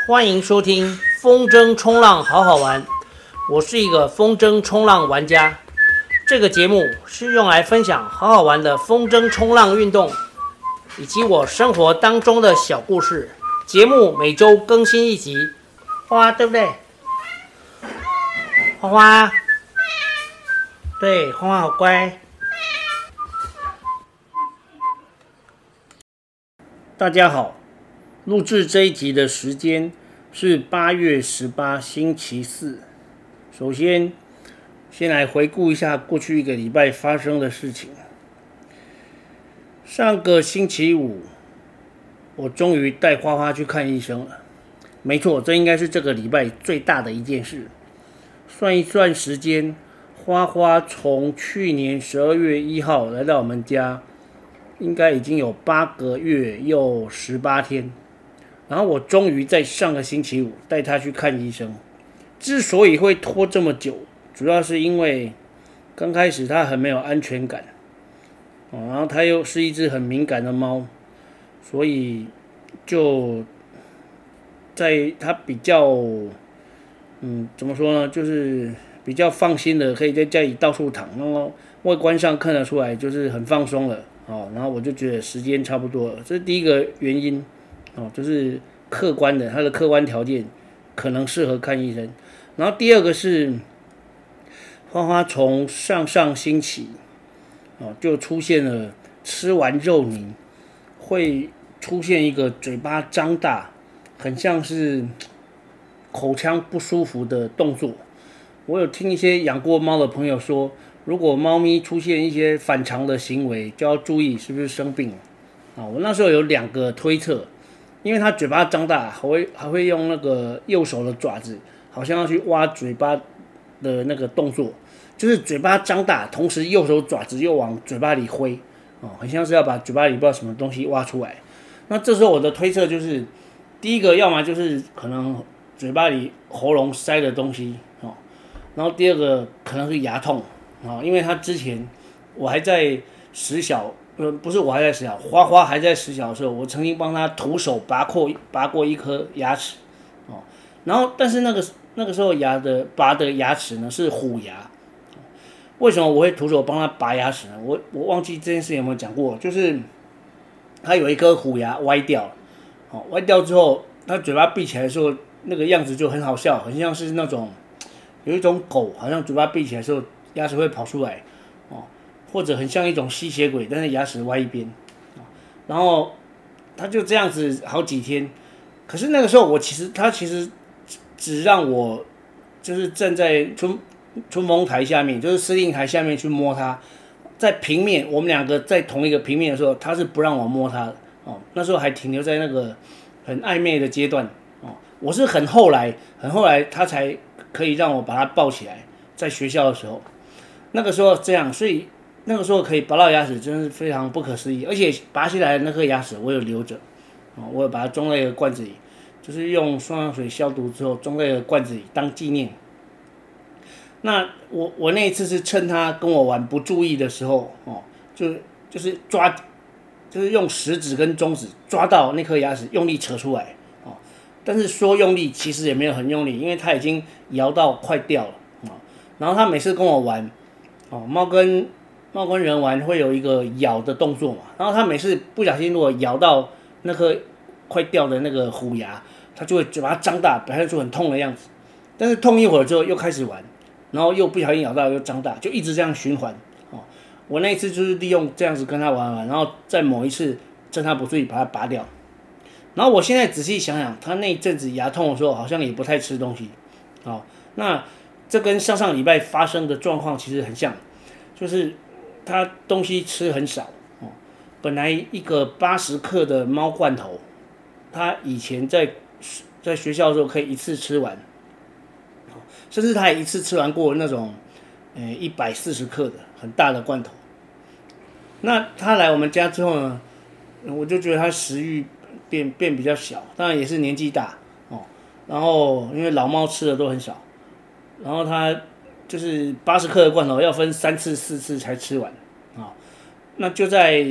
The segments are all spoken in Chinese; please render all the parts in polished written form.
欢迎收听风筝冲浪好好玩，我是一个风筝冲浪玩家。这个节目是用来分享好好玩的风筝冲浪运动，以及我生活当中的小故事。节目每周更新一集，花花对不对？花花，对，花花好乖。大家好，录制这一集的时间是8月18星期四。首先来回顾一下过去一个礼拜发生的事情。上个星期五，我终于带花花去看医生了。没错，这应该是这个礼拜最大的一件事。算一算时间，花花从去年12月1号来到我们家，应该已经有8个月又18天。然后我终于在上个星期五带他去看医生。之所以会拖这么久，主要是因为刚开始他很没有安全感，然后他又是一只很敏感的猫，所以就在他比较怎么说呢，就是比较放心的可以在家里到处躺，然后外观上看得出来就是很放松了，然后我就觉得时间差不多了，这是第一个原因，就是客观的，他的客观条件可能适合看医生。然后第二个是花花从上星期就出现了吃完肉泥会出现一个嘴巴张大，很像是口腔不舒服的动作。我有听一些养过猫的朋友说，如果猫咪出现一些反常的行为，就要注意是不是生病了。我那时候有2个推测，因为它嘴巴张大，还会用那个右手的爪子，好像要去挖嘴巴的那个动作，就是嘴巴张大，同时右手爪子又往嘴巴里挥，很像是要把嘴巴里不知道什么东西挖出来。那这时候我的推测就是，第一个要么就是可能嘴巴里喉咙塞的东西，然后第二个可能是牙痛，因为他之前我还在实小，不是我还在实小，花花还在实小的时候，我曾经帮他徒手拔过一颗牙齿，然后但是那个时候拔的牙齿呢是虎牙。为什么我会徒手帮他拔牙齿呢？我忘记这件事有没有讲过，就是他有一颗虎牙歪掉了，歪掉之后，他嘴巴闭起来的时候，那个样子就很好笑，很像是那种有一种狗，好像嘴巴闭起来的时候牙齿会跑出来，或者很像一种吸血鬼，但是牙齿歪一边，然后他就这样子好几天。可是那个时候他其实只让我就是站在春风台下面，就是司令台下面去摸它，在平面，我们2个在同一个平面的时候，他是不让我摸它的，那时候还停留在那个很暧昧的阶段，我是很后来他才可以让我把它抱起来，在学校的时候，那个时候这样，所以那个时候可以拔到牙齿，真是非常不可思议。而且拔下来的那颗牙齿我有留着，我有把它装在一个罐子里，就是用双氧水消毒之后装在一个罐子里当纪念。那我那一次是趁他跟我玩不注意的时候，就是用食指跟中指抓到那颗牙齿，用力扯出来，但是说用力其实也没有很用力，因为他已经摇到快掉了，然后他每次跟我玩，猫跟人玩会有一个咬的动作嘛，然后他每次不小心如果咬到那颗快掉的那个虎牙，他就会嘴巴张大，表现出很痛的样子，但是痛一会儿之后又开始玩，然后又不小心咬到又张大，就一直这样循环。我那一次就是利用这样子跟他玩，然后在某一次趁他不注意把它拔掉。然后我现在仔细想想，他那一阵子牙痛的时候好像也不太吃东西。那这跟上礼拜发生的状况其实很像，就是他东西吃很少。本来一个80克的猫罐头，他以前在学校的时候可以一次吃完，甚至他也一次吃完过那种140克的很大的罐头。那他来我们家之后呢，我就觉得他食欲变比较小，当然也是年纪大，然后因为老猫吃的都很少，然后他就是80克的罐头要分3次4次才吃完，那就在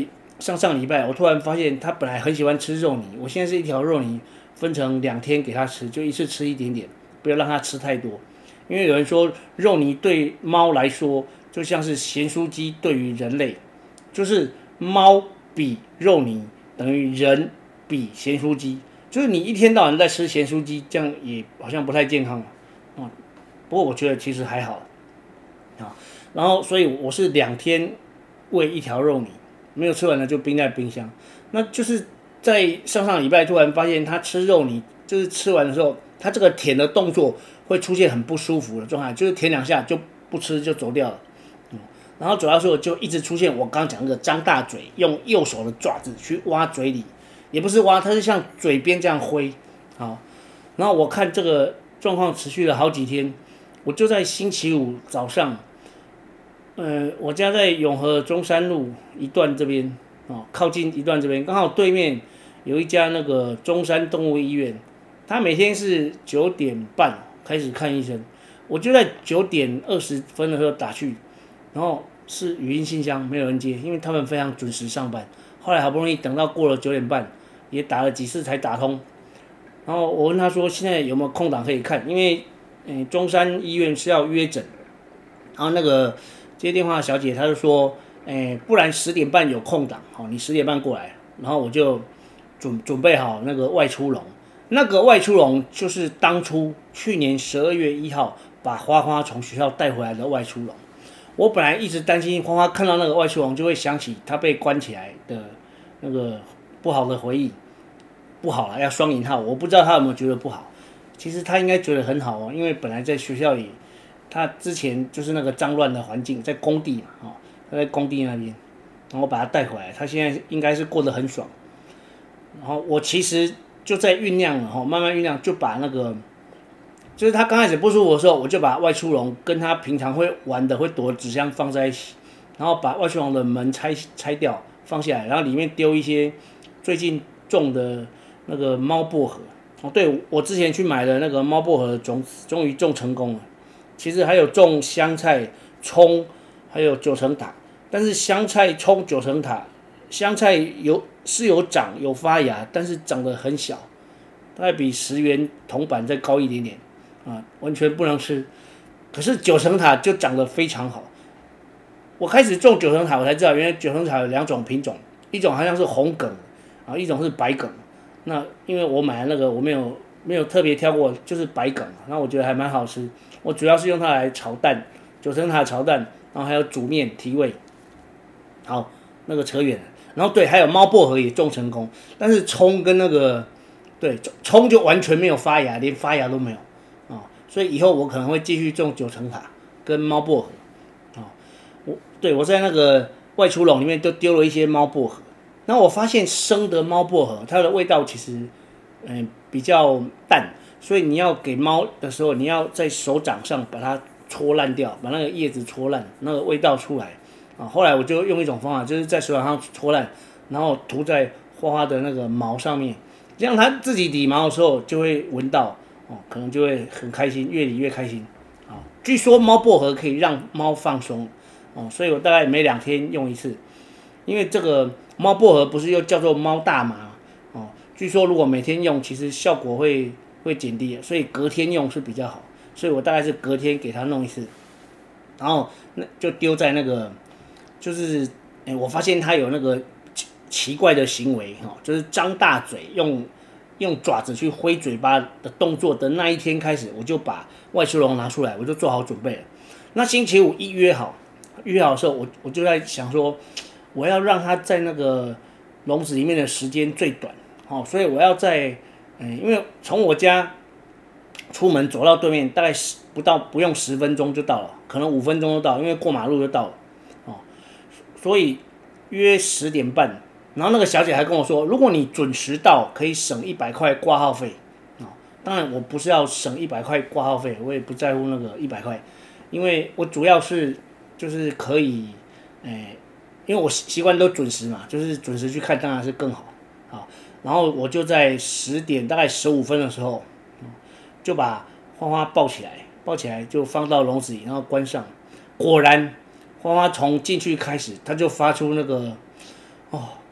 上礼拜，我突然发现它本来很喜欢吃肉泥，我现在是一条肉泥分成2天给它吃，就一次吃一点点，不要让它吃太多。因为有人说肉泥对猫来说就像是咸酥鸡对于人类，就是猫比肉泥等于人比咸酥鸡，就是你一天到晚在吃咸酥鸡，这样也好像不太健康啊。不过我觉得其实还好啊。然后所以我是2天喂一条肉泥，没有吃完了就冰在冰箱。那就是在上礼拜突然发现它吃肉泥，就是吃完的时候，它这个舔的动作会出现很不舒服的状态，就是舔2下就不吃就走掉了。然后走到时候就一直出现我刚刚讲那个张大嘴，用右手的爪子去挖嘴里，也不是挖，它是像嘴边这样挥。好，然后我看这个状况持续了好几天，我就在星期五早上，我家在永和中山路一段这边，靠近一段这边，刚好对面有一家那个中山动物医院，他每天是9点半开始看医生，我就在9点20分的时候打去，然后是语音信箱，没有人接，因为他们非常准时上班。后来好不容易等到过了9点半，也打了几次才打通。然后我问他说现在有没有空档可以看，因为中山医院是要约诊，然后那个接电话的小姐她就说，不然10点半有空档，好，你10点半过来，然后我就准备好那个外出笼，那个外出笼就是当初去年12月1号把花花从学校带回来的外出笼。我本来一直担心花花看到那个外出笼就会想起她被关起来的那个不好的回忆，不好了，要双引号，我不知道她有没有觉得不好，其实她应该觉得很好哦，因为本来在学校里。他之前就是那个脏乱的环境，在工地嘛，他在工地那边，然后把他带回来，他现在应该是过得很爽。然后我其实就在酝酿了，慢慢酝酿，就把那个，就是他刚开始不舒服的时候，我就把外出笼跟他平常会玩的、会躲的纸箱放在一起，然后把外出笼的门拆掉，放下来，然后里面丢一些最近种的那个猫薄荷。对，我之前去买的那个猫薄荷的种子，终于种成功了。其实还有种香菜、葱，还有九层塔。但是香菜、葱、九层塔，香菜有长有发芽，但是长得很小，大概比10元铜板再高一点点啊，完全不能吃。可是九层塔就长得非常好。我开始种九层塔，我才知道原来九层塔有2种品种，一种好像是红梗啊，一种是白梗。那因为我买的那个我没有特别挑过，就是白梗，然后我觉得还蛮好吃。我主要是用它来炒蛋，九层塔炒蛋，然后还有煮面提味。好，那个扯远了。然后对，还有猫薄荷也种成功，但是葱跟那个对葱就完全没有发芽，连发芽都没有所以以后我可能会继续种九层塔跟猫薄荷我在那个外出笼里面都丢了一些猫薄荷，然后我发现生的猫薄荷它的味道其实比较淡。所以你要给猫的时候，你要在手掌上把它搓烂掉，把那个叶子搓烂，那个味道出来后来我就用一种方法，就是在手掌上搓烂，然后涂在花花的那个毛上面，这样它自己理毛的时候就会闻到可能就会很开心，越理越开心据说猫薄荷可以让猫放松所以我大概每2天用一次，因为这个猫薄荷不是又叫做猫大麻据说如果每天用，其实效果会减低，所以隔天用是比较好。所以我大概是隔天给它弄一次，然后那就丢在那个，就是我发现它有那个奇怪的行为就是张大嘴用爪子去挥嘴巴的动作的那一天开始，我就把外出笼拿出来，我就做好准备了。那星期五一约好的时候，我就在想说，我要让它在那个笼子里面的时间最短所以我要在因为从我家出门走到对面大概不用10分钟就到了，可能5分钟就到，因为过马路就到了所以约10点半，然后那个小姐还跟我说，如果你准时到，可以省100块挂号费当然我不是要省100块挂号费，我也不在乎那个100块，因为我主要是就是可以因为我习惯都准时嘛，就是准时去看当然是更好然后我就在大概15分的时候就把花花抱起来就放到笼子里，然后关上。果然花花从进去开始，它就发出那个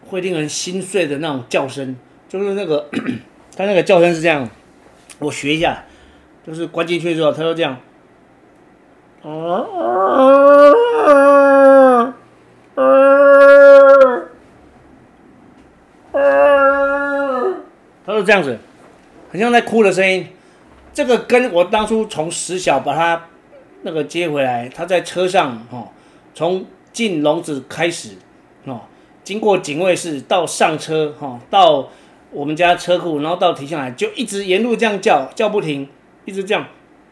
会令人心碎的那种叫声，就是那个它那个叫声是这样，我学一下，就是关进去之后，它就这样，它是这样子，很像在哭的声音。这个跟我当初从石小把它那个接回来，他在车上从进笼子开始经过警卫室到上车到我们家车库，然后到停下来，就一直沿路这样叫不停，一直这样，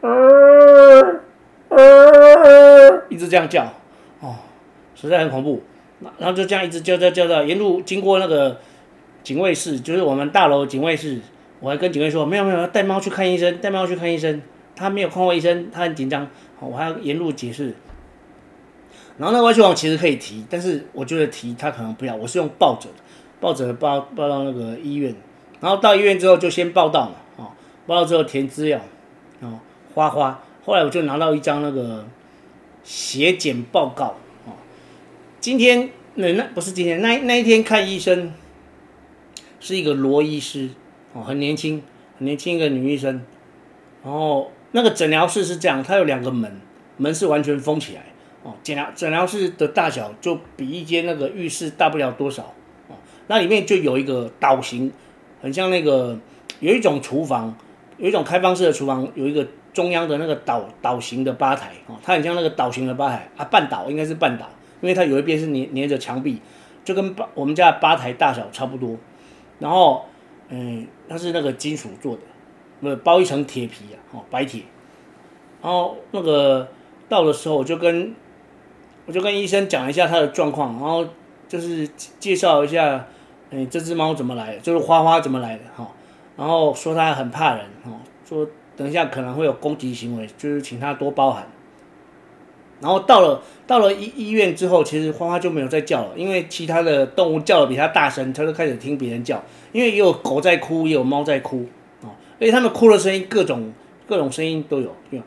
一直这样叫，实在很恐怖。然后就这样一直叫到沿路经过那个警卫室，就是我们大楼警卫室。我还跟警卫说没有，带猫去看医生，带猫去看医生。他没有看过医生，他很紧张，我还要沿路解释。然后那个外出网其实可以提，但是我觉得提他可能不要，我是用抱着抱到那个医院，然后到医院之后就先报到嘛，报到之后填资料，花。后来我就拿到一张那个血检报告，今天不是今天那一天看医生是一个罗医师。很年轻一个女医生，然后那个诊疗室是这样，它有2个门是完全封起来，诊疗室的大小就比一间那个浴室大不了多少，那里面就有一个岛型，很像那个有一种厨房，有一种开放式的厨房，有一个中央的那个岛型的吧台，它很像那个岛型的吧台半岛应该是半岛，因为它有一边是粘着墙壁，就跟我们家的吧台大小差不多，然后。它是那个金属做的，包一层铁皮白铁。然后那个到的时候，我就跟医生讲一下他的状况，然后就是介绍一下，这只猫怎么来的，就是花怎么来的然后说它很怕人说等一下可能会有攻击行为，就是请他多包涵。然后到了医院之后，其实花就没有再叫了，因为其他的动物叫的比它大声，它就开始听别人叫。因为也有狗在哭，也有猫在哭而且它们哭的声音各种声音都有，也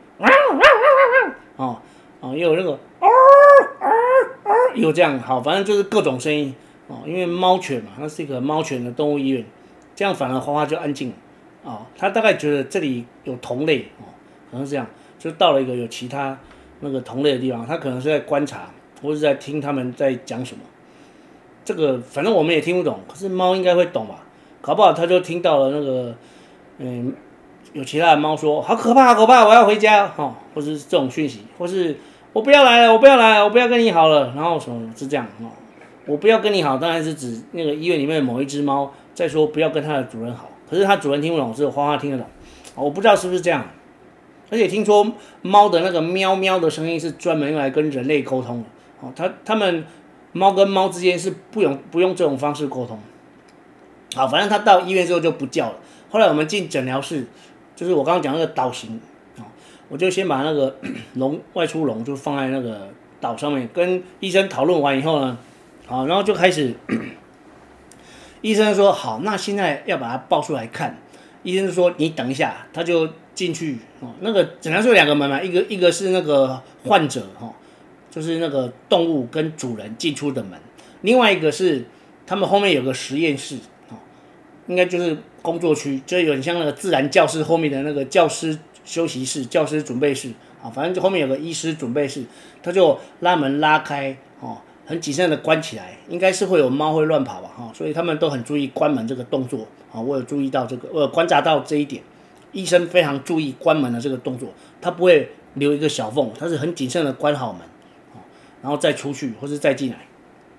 有那个有这样反正就是各种声音因为猫犬嘛，它是一个猫犬的动物医院，这样反而花就安静了它大概觉得这里有同类可能是这样，就到了一个有其他那个同类的地方，它可能是在观察，或是在听他们在讲什么。这个反正我们也听不懂，可是猫应该会懂吧？搞不好它就听到了那个，有其他的猫说好可怕，我要回家或是这种讯息，或是我不要来了，我不要跟你好了，然后什么是这样我不要跟你好，当然是指那个医院里面的某一只猫在说不要跟它的主人好，可是它主人听不懂，只有花听得懂，我不知道是不是这样。而且听说猫的那个喵喵的声音是专门用来跟人类沟通的它们猫跟猫之间是不用这种方式沟通。反正它到医院之后就不叫了。后来我们进诊疗室，就是我刚刚讲那个岛型我就先把那个外出笼就放在那个岛上面，跟医生讨论完以后呢，然后就开始医生说好，那现在要把它抱出来看。医生说你等一下，他就进去那个诊疗室有2个门嘛，一个是那个患者就是那个动物跟主人进出的门，另外一个是他们后面有个实验室应该就是工作区，就有点像那个自然教室后面的那个教师休息室、教师准备室反正就后面有个医师准备室，他就拉门拉开很谨慎的关起来，应该是会有猫会乱跑吧所以他们都很注意关门这个动作我有注意到这个，我有观察到这一点，医生非常注意关门的这个动作，他不会留一个小缝，他是很谨慎的关好门然后再出去或是再进来，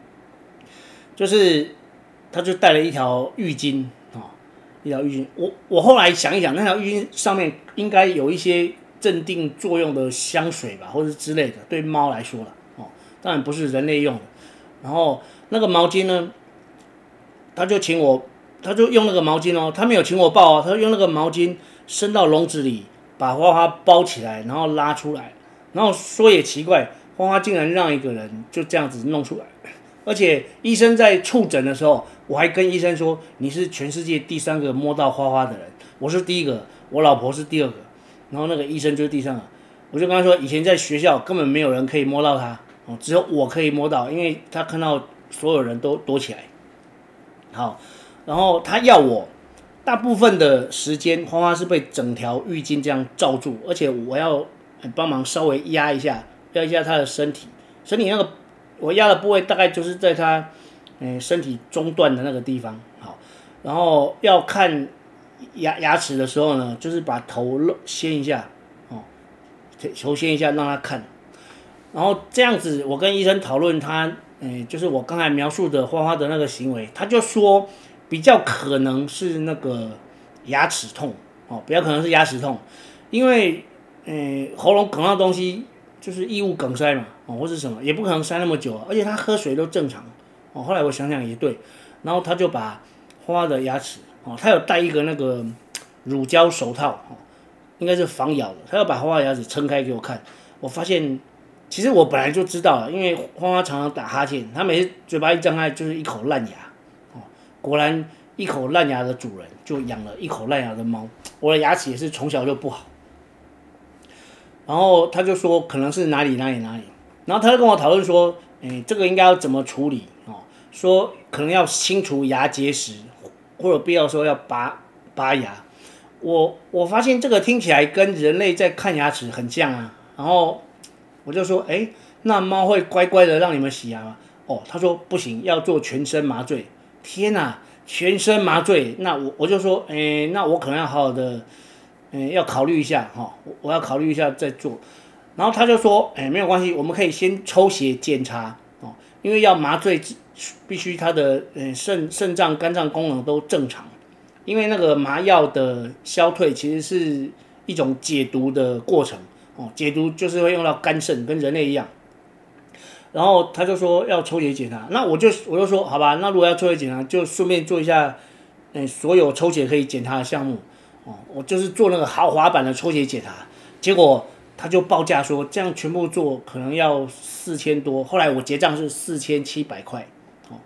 就是他就带了一条浴巾一条浴巾，我后来想一想，那条浴巾上面应该有一些镇定作用的香水吧，或者之类的，对猫来说了当然不是人类用的。然后那个毛巾呢，他就用那个毛巾他没有请我抱他就用那个毛巾伸到笼子里，把花花包起来，然后拉出来。然后说也奇怪，花花竟然让一个人就这样子弄出来。而且医生在触诊的时候，我还跟医生说，你是全世界第3个摸到花花的人，我是第1个，我老婆是第2个，然后那个医生就是第3个。我就跟他说，以前在学校根本没有人可以摸到他只有我可以摸到，因为他看到所有人都躲起来好，然后他要我大部分的时间花花是被整条浴巾这样罩住，而且我要帮忙稍微压一下他的身体那个我压的部位大概就是在他身体中段的那个地方。好，然后要看牙齿的时候呢，就是把头掀一下哦，头掀一下让他看。然后这样子，我跟医生讨论他，就是我刚才描述的花花的那个行为，他就说比较可能是那个牙齿痛哦，比较可能是牙齿痛，因为喉咙梗到东西就是异物梗塞嘛，哦或是什么，也不可能塞那么久啊，而且他喝水都正常哦。后来我想想也对，然后他就把花花的牙齿哦，他有戴一个那个乳胶手套哦，应该是防咬的，他要把花花牙齿撑开给我看，我发现。其实我本来就知道了，因为花花常常打哈欠，他每次嘴巴一张开就是一口烂牙，哦，果然一口烂牙的主人就养了一口烂牙的猫。我的牙齿也是从小就不好，然后他就说可能是哪里，然后他就跟我讨论说，这个应该要怎么处理哦？说可能要清除牙结石，或者必要说要拔牙。我发现这个听起来跟人类在看牙齿很像啊，然后。我就说，那猫会乖乖的让你们洗牙吗？哦，他说不行，要做全身麻醉。天哪，全身麻醉，那我就说，那我可能要好好的，要考虑一下哈，我要考虑一下再做。然后他就说，没有关系，我们可以先抽血检查哦，因为要麻醉必须他的肾脏、肝脏功能都正常，因为那个麻药的消退其实是一种解毒的过程。哦，解毒就是会用到肝肾，跟人类一样。然后他就说要抽血检查，那我就说好吧，那如果要抽血检查，就顺便做一下，所有抽血可以检查的项目。哦，我就是做那个豪华版的抽血检查，结果他就报价说这样全部做可能要4000多，后来我结账是4700块，哦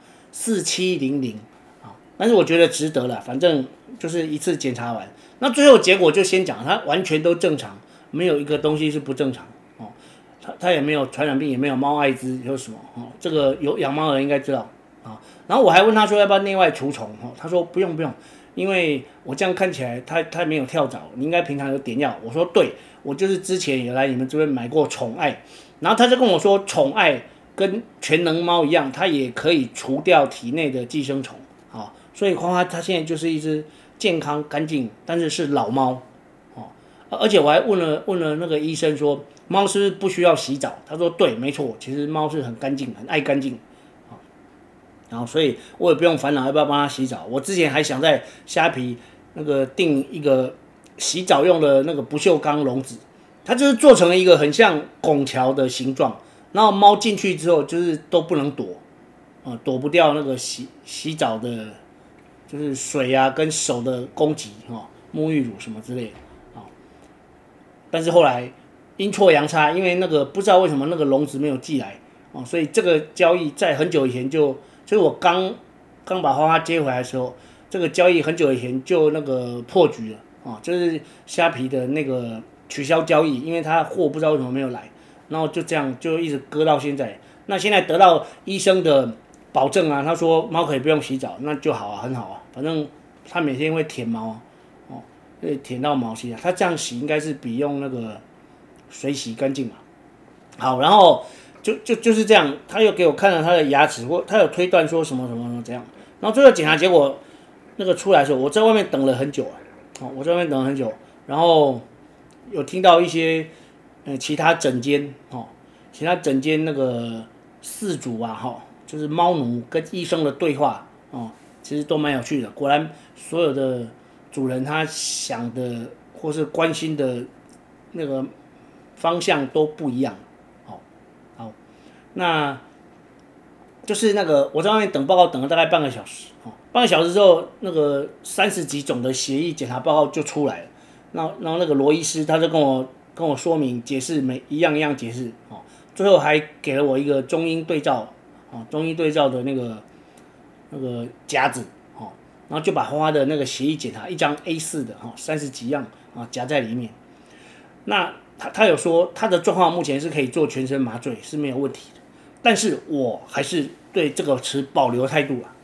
，4700啊，但是我觉得值得了，反正就是一次检查完，那最后结果就先讲，他完全都正常。没有一个东西是不正常哦，它也没有传染病，也没有猫艾滋，有什么哦？这个有养猫的人应该知道啊。然后我还问他说要不要内外除虫哦，他说不用，因为我这样看起来它没有跳蚤，你应该平常有点药。我说对，我就是之前有来你们这边买过宠爱，然后他就跟我说宠爱跟全能猫一样，它也可以除掉体内的寄生虫啊，所以花花它现在就是一只健康干净，但是是老猫。而且我还问了那个医生说，猫是不是不需要洗澡？他说对，没错，其实猫是很干净，很爱干净，然后所以我也不用烦恼要不要帮它洗澡。我之前还想在虾皮那个订一个洗澡用的那个不锈钢笼子，它就是做成了一个很像拱桥的形状，然后猫进去之后就是都不能躲，躲不掉那个洗澡的，就是水啊跟手的攻击沐浴乳什么之类的。但是后来阴错阳差，因为那个不知道为什么那个笼子没有寄来哦，所以这个交易在很久以前就是我刚把花花接回来的时候，这个交易很久以前就那个破局了哦，就是虾皮的那个取消交易，因为他货不知道为什么没有来，然后就这样就一直搁到现在。那现在得到医生的保证啊，他说猫可以不用洗澡，那就好啊，很好啊，反正他每天会舔毛啊。舔到毛细啊，它这样洗应该是比用那个水洗干净嘛。好，然后就是这样，他又给我看了他的牙齿，他有推断说什么这样，然后最后检查结果那个出来的时候，我在外面等了很久然后有听到一些其他诊间那个饲主啊就是猫奴跟医生的对话其实都蛮有趣的，果然所有的。主人他想的或是关心的那个方向都不一样，好，那就是那个我在外面等报告等了大概半个小时，半个小时之后，那个30几种的血液检查报告就出来了，然后那个罗医师他就跟我说明解释，每一样解释，最后还给了我一个中英对照的那个夹子。然后就把花花的那个协议检查一张 A4 的30几样夹在里面。那他有说他的状况目前是可以做全身麻醉是没有问题的，但是我还是对这个持保留态度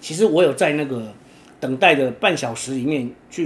其实我有在那个等待的半小时里面去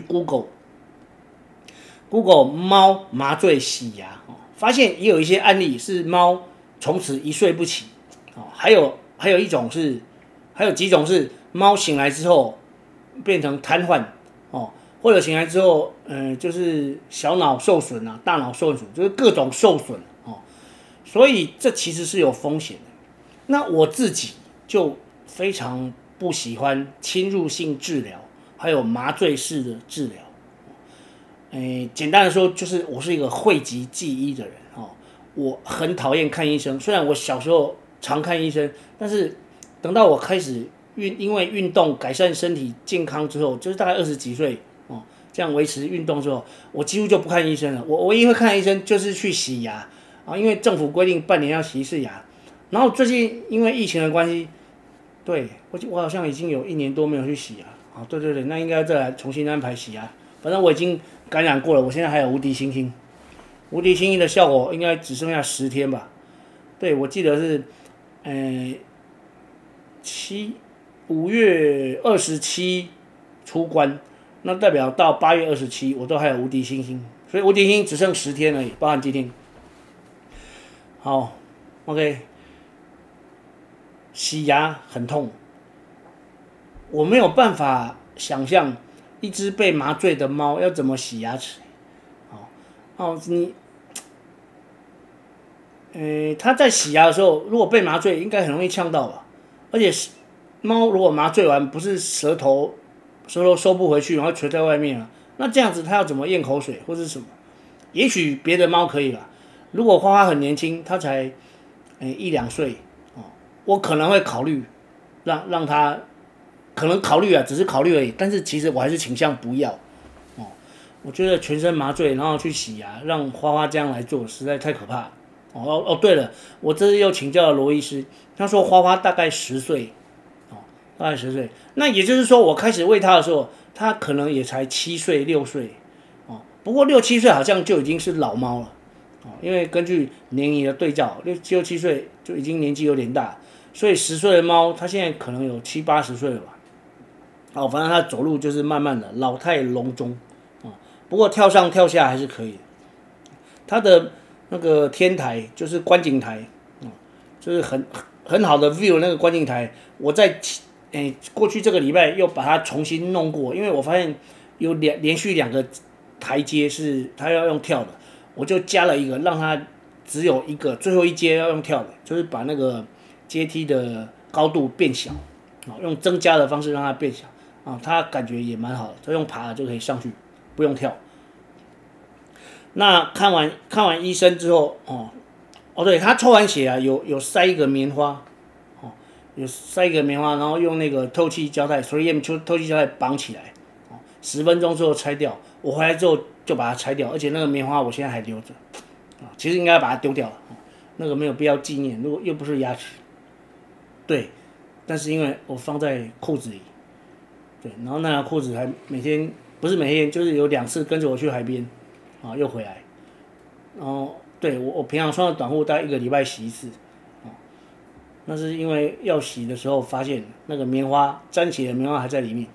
Google 猫麻醉洗牙，发现也有一些案例是猫从此一睡不起，还有几种是猫醒来之后变成瘫痪，或者醒来之后，就是小脑受损啊，大脑受损，就是各种受损所以这其实是有风险的。那我自己就非常不喜欢侵入性治疗，还有麻醉式的治疗。简单的说，就是我是一个讳疾忌医的人我很讨厌看医生。虽然我小时候常看医生，但是等到我开始因为运动改善身体健康之后，就是大概20几岁这样维持运动之后，我几乎就不看医生了。我唯一会看医生就是去洗牙因为政府规定半年要洗一次牙。然后最近因为疫情的关系，对我好像已经有1年多没有去洗牙对，那应该再来重新安排洗牙。反正我已经感染过了，我现在还有无敌星星，无敌星星的效果应该只剩下10天吧？对，我记得是5月27出关，那代表到8月27我都还有无敌星星，所以无敌星星只剩10天而已，包含今天。好 ，OK。洗牙很痛，我没有办法想象一只被麻醉的猫要怎么洗牙齿。它在洗牙的时候，如果被麻醉，应该很容易呛到吧？而且猫如果麻醉完，不是舌头收不回去，然后垂在外面那这样子它要怎么咽口水或是什么？也许别的猫可以啦。如果花花很年轻，它才1-2岁。我可能会考虑让他，可能考虑只是考虑而已。但是其实我还是倾向不要我觉得全身麻醉然后去洗牙，让花花这样来做实在太可怕对了，我这次又请教了罗医师，他说花花大概10岁大概10岁，那也就是说我开始喂他的时候，他可能也才7岁6岁不过6、7岁好像就已经是老猫了因为根据年龄的对照，6、7岁就已经年纪有点大。所以10岁的猫，它现在可能有70、80岁了吧？反正它走路就是慢慢的，老态龙钟不过跳上跳下还是可以的。它的那个天台就是观景台就是很好的 view 那个观景台，我在过去这个礼拜又把它重新弄过，因为我发现有连续2个台阶是它要用跳的，我就加了一个，让它只有一个，最后一阶要用跳的，就是把那个阶梯的高度变小用增加的方式让它变小它感觉也蛮好的，它用爬就可以上去，不用跳。那看完医生之后对，他抽完血有塞一个棉花有塞一个棉花，然后用那个透气胶带 3M 透气胶带绑起来10分钟之后拆掉。我回来之后就把它拆掉，而且那个棉花我现在还留着其实应该把它丢掉了那个没有必要纪念，如果又不是牙齿。对，但是因为我放在裤子里，对，然后那条裤子还不是每天，就是有2次跟着我去海边又回来，然后对我平常穿的短裤大概1个礼拜洗1次那是因为要洗的时候发现那个棉花粘起的棉花还在里面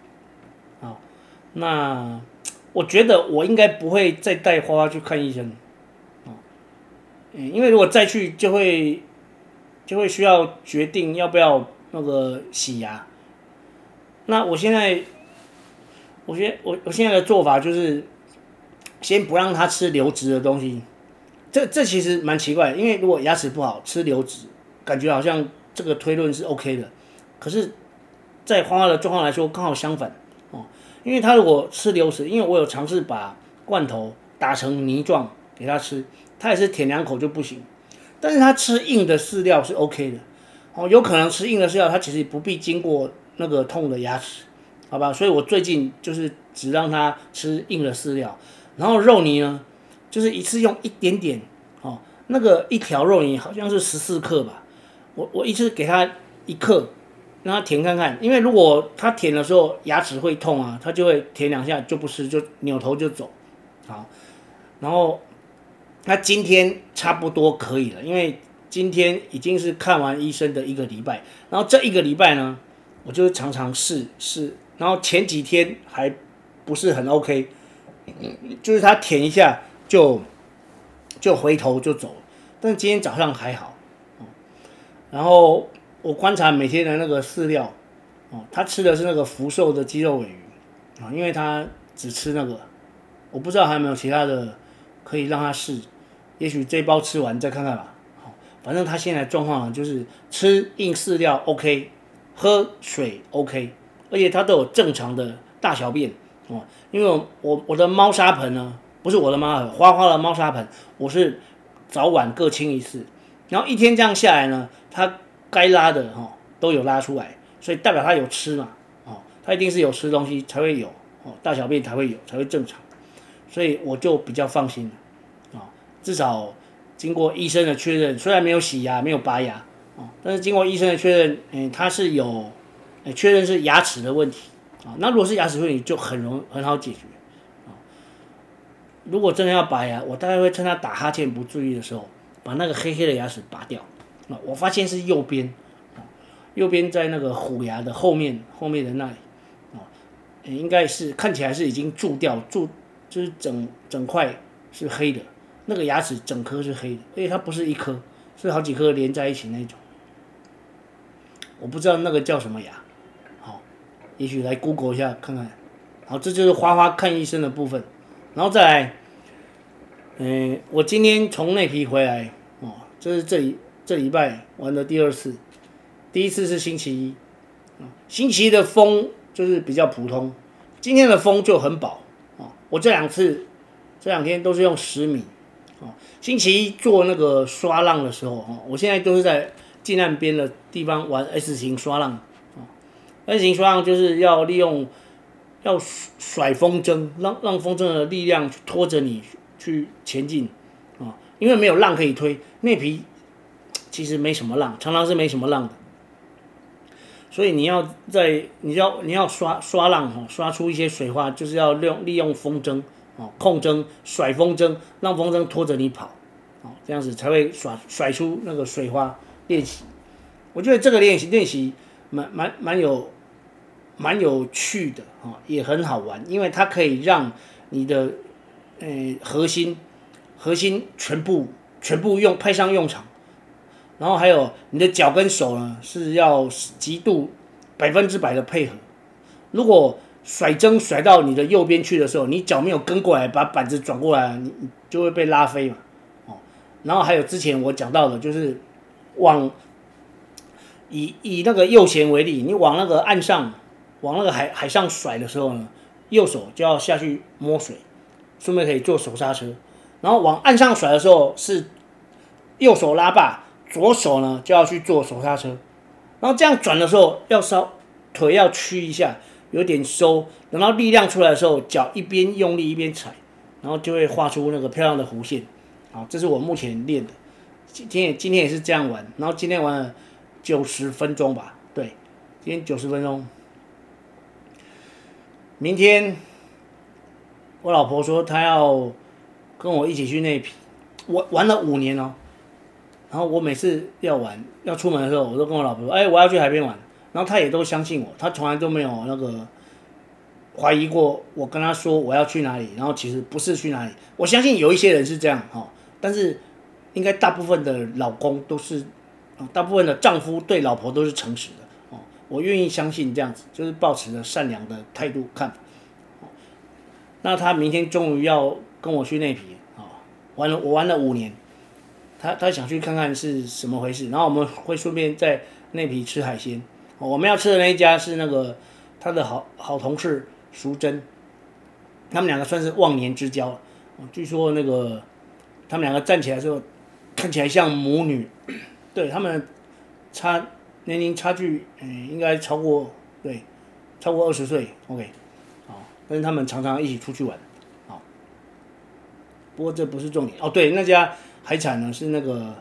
那我觉得我应该不会再带花花去看医生因为如果再去就会需要决定要不要那个洗牙。那我现在的做法就是先不让他吃流质的东西。这其实蛮奇怪的，因为如果牙齿不好吃流质，感觉好像这个推论是 OK 的。可是，在花花的状况来说，刚好相反因为他如果吃流质，因为我有尝试把罐头打成泥状给他吃，他也是舔2口就不行。但是他吃硬的饲料是 OK 的有可能吃硬的饲料，他其实不必经过那个痛的牙齿，好吧？所以我最近就是只让他吃硬的饲料，然后肉泥呢，就是一次用一点点那个1条肉泥好像是14克吧，我一次给他1克，让他舔看看，因为如果他舔的时候牙齿会痛他就会舔2下就不吃，就扭头就走。好，然后他今天差不多可以了，因为今天已经是看完医生的1个礼拜，然后这1个礼拜呢， 我就常常试，然后前几天还不是很 OK，就是他舔一下就回头就走了，但是今天早上还好，然后我观察每天的那个饲料，他吃的是那个福寿的鸡肉尾鱼，因为他只吃那个，我不知道还有没有其他的可以让他试，也许这包吃完再看看吧。反正他现在状况呢，就是吃硬饲料 OK， 喝水 OK， 而且他都有正常的大小便哦。因为我的猫砂盆呢，不是我的猫，花花的猫砂盆，我是早晚各清一次，然后一天这样下来呢，它该拉的都有拉出来，所以代表它有吃嘛，它一定是有吃东西才会有大小便才会有才会正常，所以我就比较放心了至少经过医生的确认，虽然没有洗牙没有拔牙但是经过医生的确认，它是有确认是牙齿的问题那如果是牙齿问题就很好解决如果真的要拔牙，我大概会趁他打哈欠不注意的时候，把那个黑黑的牙齿拔掉。我发现是右边，右边在那个虎牙的后面的那里，应该是看起来是已经蛀掉，就是整块是黑的，那个牙齿整颗是黑的，而且它不是一颗，是好几颗连在一起那种。我不知道那个叫什么牙，也许来 Google 一下看看。好，这就是花花看医生的部分。然后再来，我今天从内皮回来，这是这礼拜玩的第二次，第一次是星期一，星期一的风就是比较普通，今天的风就很饱，我这两天都是用10米，星期一做那个刷浪的时候，我现在都是在近岸边的地方玩 S 型刷浪，S 型刷浪就是要利用。要甩风筝，让风筝的力量拖着你去前进因为没有浪可以推，内皮其实没什么浪，常常是没什么浪的，所以你要刷浪刷出一些水花，就是要利用风筝控筝甩风筝，让风筝拖着你跑这样子才会甩出那个水花练习。我觉得这个练习蛮有趣的也很好玩，因为它可以让你的核心全部派上用场，然后还有你的脚跟手呢是要极度100%的配合。如果甩针甩到你的右边去的时候，你脚没有跟过来，把板子转过来，你就会被拉飞嘛然后还有之前我讲到的，就是以那个右舷为例，你往那个岸上。往那个海上甩的时候呢，右手就要下去摸水，顺便可以做手刹车。然后往岸上甩的时候是右手拉把，左手呢就要去做手刹车。然后这样转的时候腿要屈一下，有点收，等到力量出来的时候，脚一边用力一边踩，然后就会画出那个漂亮的弧线。好，这是我目前练的。今天也是这样玩，然后今天玩了90分钟吧，对，今天90分钟。明天我老婆说她要跟我一起去内埤，我玩了5年然后我每次要出门的时候，我都跟我老婆说，我要去海边玩，然后她也都相信我，她从来都没有那个怀疑过我跟她说我要去哪里，然后其实不是去哪里。我相信有一些人是这样但是应该大部分的老公都是，大部分的丈夫对老婆都是诚实的。我愿意相信这样子，就是抱持着善良的态度看法。那他明天终于要跟我去内埤我玩了5年，他想去看看是什么回事，然后我们会顺便在内埤吃海鲜。我们要吃的那一家是那个他的好同事淑珍，他们两个算是忘年之交。据说那个他们两个站起来的时候看起来像母女，对他们年龄差距，应该超过20岁 ，OK， 但是他们常常一起出去玩，不过这不是重点对，那家海产呢是那个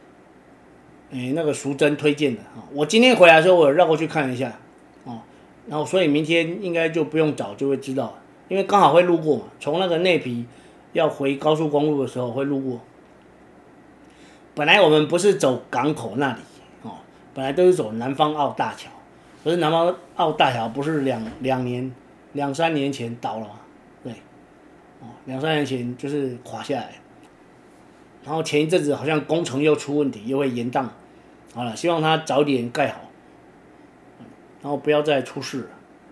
淑珍推荐的我今天回来的时候，我绕过去看一下然后所以明天应该就不用找就会知道，因为刚好会路过嘛，从那个内埤要回高速公路的时候会路过。本来我们不是走港口那里本来都是走南方澳大桥， 可是南方澳大桥不是两三年前倒了嘛？对，2、3年前就是垮下来，然后前一阵子好像工程又出问题，又会延宕。好了，希望它早点盖好，然后不要再出事了。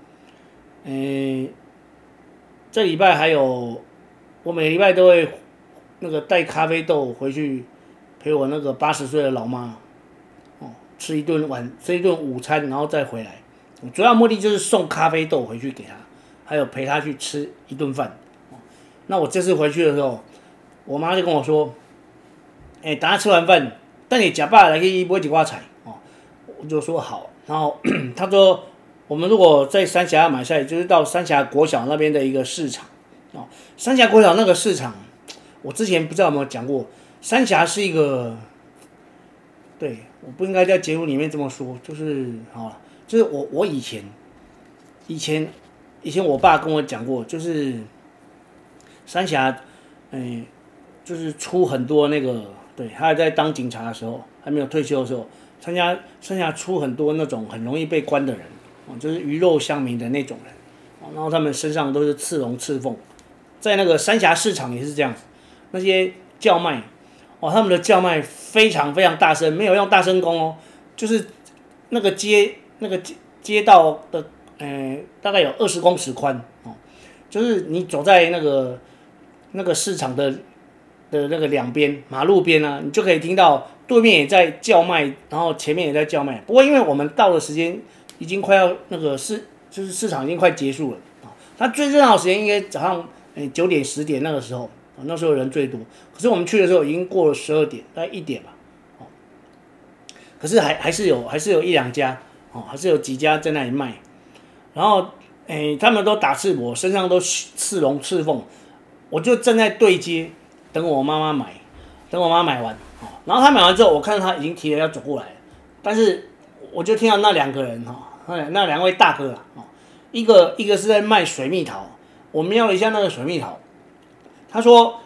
这礼拜还有，我每个礼拜都会那个带咖啡豆回去陪我那个80岁的老妈，吃一顿午餐，然后再回来。主要目的就是送咖啡豆回去给她，还有陪她去吃一顿饭。那我这次回去的时候，我妈就跟我说：“等她吃完饭，等你吃饱来去买一挂菜。”我就说好。然后她说，我们如果在三峡买菜，就是到三峡国小那边的一个市场。三峡国小那个市场，我之前不知道有没有讲过，三峡是一个，对，我不应该在节目里面这么说，就是我以前我爸跟我讲过，就是三峡，就是出很多那个，对，他还在当警察的时候，还没有退休的时候，三峡出很多那种很容易被关的人，就是鱼肉乡民的那种人，然后他们身上都是刺龙刺凤，在那个三峡市场也是这样子，那些叫卖，他们的叫卖非常非常大声，没有用大声公就是那个街道的，大概有20公尺宽，就是你走在那个市场的那个两边马路边啊，你就可以听到对面也在叫卖，然后前面也在叫卖。不过因为我们到的时间已经快要就是市场已经快结束了，它最热闹的时间应该早上9点10点那个时候，那时候人最多。可是我们去的时候已经过了12点，大概1点吧。可是还是有1、2家，还是有几家在那里卖。然后他们都打赤膊，身上都刺龙刺凤，我就站在对街等我妈妈买，等我妈买完，然后她买完之后，我看到她已经提了要走过来了，但是我就听到那2个人那2位大哥一个是在卖水蜜桃，我瞄了一下那个水蜜桃，他说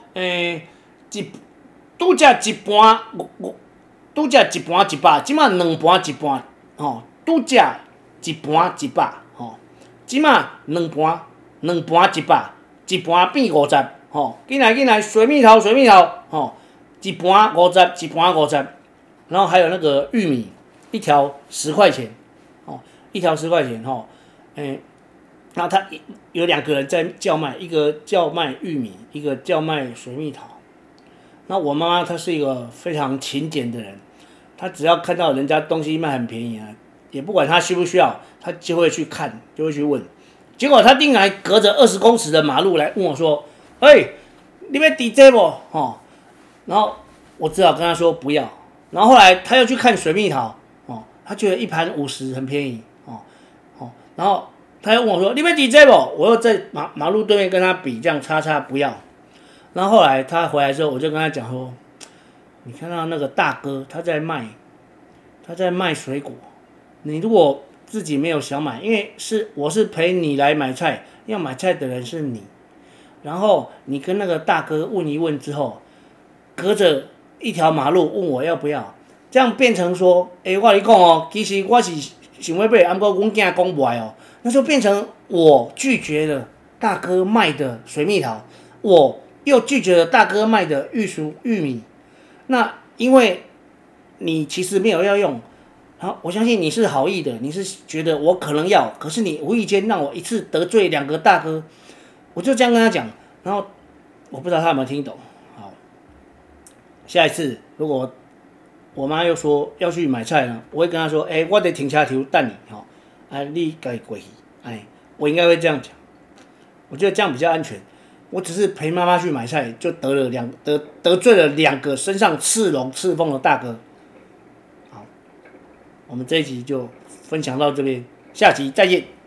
拄只一盘拄只一盘100，即马2盘1盘，拄只一盘100，即马2盘100，一盘变50，进来水蜜桃，一盘50，一盘50，然后还有那个玉米，一条10块钱，一条10块钱，然后他有2个人在叫卖，一个叫卖玉米，一个叫卖水蜜桃。那我妈妈她是一个非常勤俭的人，她只要看到人家东西卖很便宜也不管她需不需要，她就会去看，就会去问。结果她竟然隔着20公尺的马路来问我说：“你要滴这不？”然后我只好跟她说不要。然后后来她又去看水蜜桃，她觉得1盘50很便宜，然后她又问我说：“你要滴这不？”我又在马路对面跟她比，这样叉不要。然后后来他回来之后，我就跟他讲说：“你看到那个大哥他在卖水果，你如果自己没有想买，因为我是陪你来买菜，要买菜的人是你，然后你跟那个大哥问一问之后，隔着一条马路问我要不要，这样变成说，我跟你讲其实我是想要买，不过阮囝讲不爱那就变成我拒绝了大哥卖的水蜜桃，我又拒绝了大哥卖的玉米，那因为你其实没有要用，我相信你是好意的，你是觉得我可能要，可是你无意间让我一次得罪2个大哥，我就这样跟他讲，然后我不知道他有没有听懂。好，下一次如果我妈又说要去买菜呢，我会跟她说：“我在停车场等你，你自己过去。”我应该会这样讲，我觉得这样比较安全。我只是陪妈妈去买菜，就得罪了2个身上刺龙刺凤的大哥。好，我们这一集就分享到这边，下集再见。